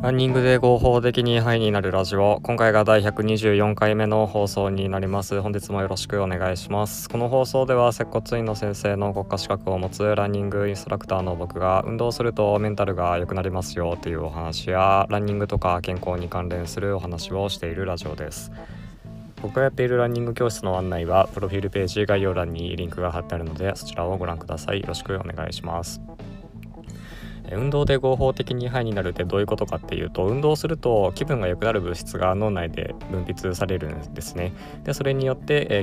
ランニングで合法的にハイになるラジオ、今回が第124回目の放送になります。本日もよろしくお願いします。この放送では接骨院の先生の国家資格を持つランニングインストラクターの僕が運動するとメンタルが良くなりますよというお話や、ランニングとか健康に関連するお話をしているラジオです。僕がやっているランニング教室の案内はプロフィールページ概要欄にリンクが貼ってあるので、そちらをご覧ください。よろしくお願いします。運動で合法的にハイになるってどういうことかっていうと、運動すると気分が良くなる物質が脳内で分泌されるんですね。でそれによって、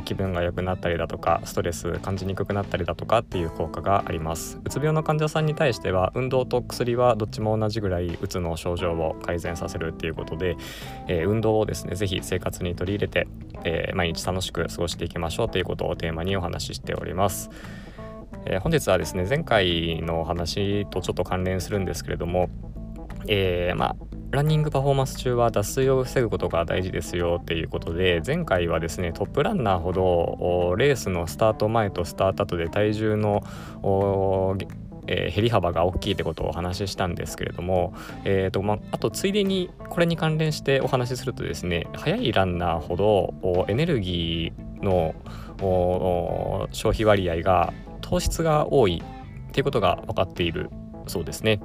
気分が良くなったりだとか、ストレス感じにくくなったりだとかっていう効果があります。うつ病の患者さんに対しては運動と薬はどっちも同じぐらいうつの症状を改善させるっていうことで、運動をですねぜひ生活に取り入れて、毎日楽しく過ごしていきましょうということをテーマにお話ししております。本日はですね前回の話とちょっと関連するんですけれども、ランニングパフォーマンス中は脱水を防ぐことが大事ですよっていうことで、前回はですねトップランナーほどレースのスタート前とスタート後で体重の減り幅が大きいってことをお話ししたんですけれども、あとついでにこれに関連してお話しするとですね、速いランナーほどエネルギーの消費割合が糖質が多いっていうことが分かっているそうですね。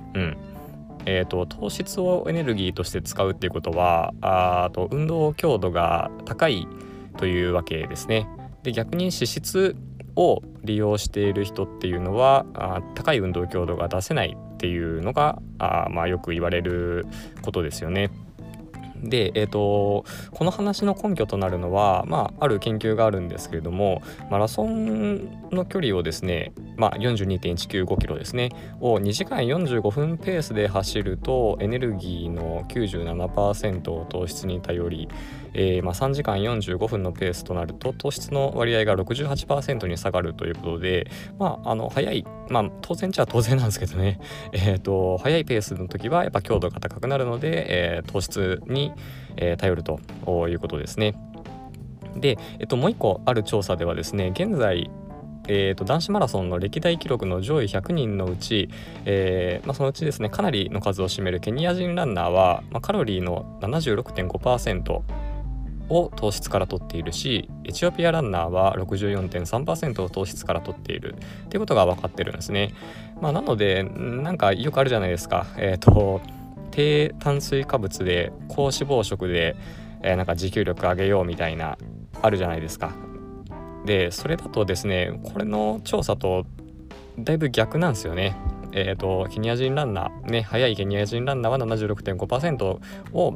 糖質をエネルギーとして使うっていうことは運動強度が高いというわけですね。で逆に脂質を利用している人っていうのは高い運動強度が出せないっていうのがよく言われることですよね。で、この話の根拠となるのは、ある研究があるんですけれども、マラソンの距離をですね、42.195 キロですねを2時間45分ペースで走るとエネルギーの 97% を糖質に頼り、3時間45分のペースとなると糖質の割合が 68% に下がるということで、早い、当然っちゃ当然なんですけどね、早いペースの時はやっぱ強度が高くなるので、糖質に頼るということですね。で、もう一個ある調査ではですね、現在男子マラソンの歴代記録の上位100人のうち、そのうちですねかなりの数を占めるケニア人ランナーは、カロリーの 76.5% を糖質から取っているし、エチオピアランナーは 64.3% を糖質から取っているっていうことが分かってるんですね。なのでなんかよくあるじゃないですか、低炭水化物で高脂肪食で、なんか持久力上げようみたいなあるじゃないですか。でそれだとですねこれの調査とだいぶ逆なんですよね。ケニア人ランナーね、速いケニア人ランナーは 76.5% を、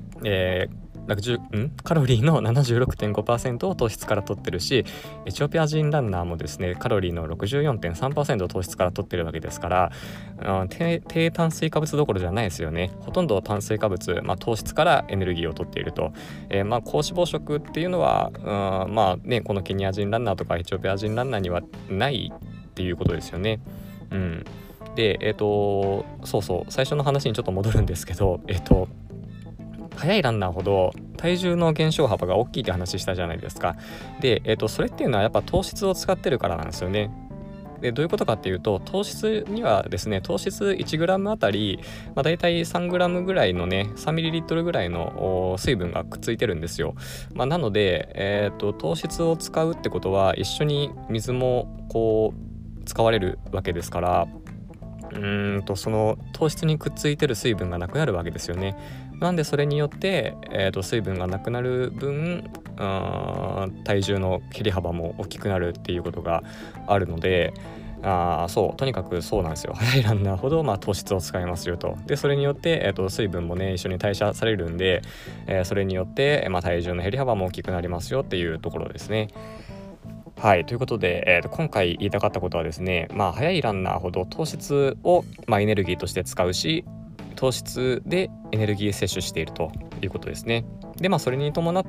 カロリーの 76.5% を糖質から取ってるし、エチオピア人ランナーもですねカロリーの 64.3% を糖質から取ってるわけですから、低炭水化物どころじゃないですよね。ほとんど炭水化物、糖質からエネルギーを取っていると、高脂肪食っていうのはこのケニア人ランナーとかエチオピア人ランナーにはないっていうことですよね。で最初の話にちょっと戻るんですけど、速いランナーほど体重の減少幅が大きいって話したじゃないですか。で、それっていうのはやっぱ糖質を使ってるからなんですよね。でどういうことかっていうと、糖質にはですね糖質 1g あたり、だいたい 3g ぐらいのね 3ml ぐらいの水分がくっついてるんですよ。なので、糖質を使うってことは一緒に水もこう使われるわけですから、その糖質にくっついてる水分がなくなるわけですよね。なんでそれによって、水分がなくなる分体重の減り幅も大きくなるっていうことがあるので、とにかくそうなんですよ。速いランナーほど、糖質を使いますよと。でそれによって、水分もね一緒に代謝されるんで、それによって、体重の減り幅も大きくなりますよっていうところですね。はい、ということで、今回言いたかったことはですね、速いランナーほど糖質を、エネルギーとして使うし、糖質でエネルギー摂取しているということですね。でそれに伴って、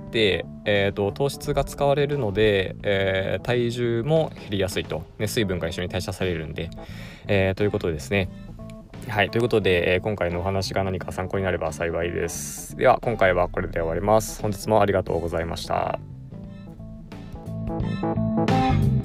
糖質が使われるので、体重も減りやすいと、水分が一緒に代謝されるんで、ということですね。はい、ということで、今回のお話が何か参考になれば幸いです。では今回はこれで終わります。本日もありがとうございました。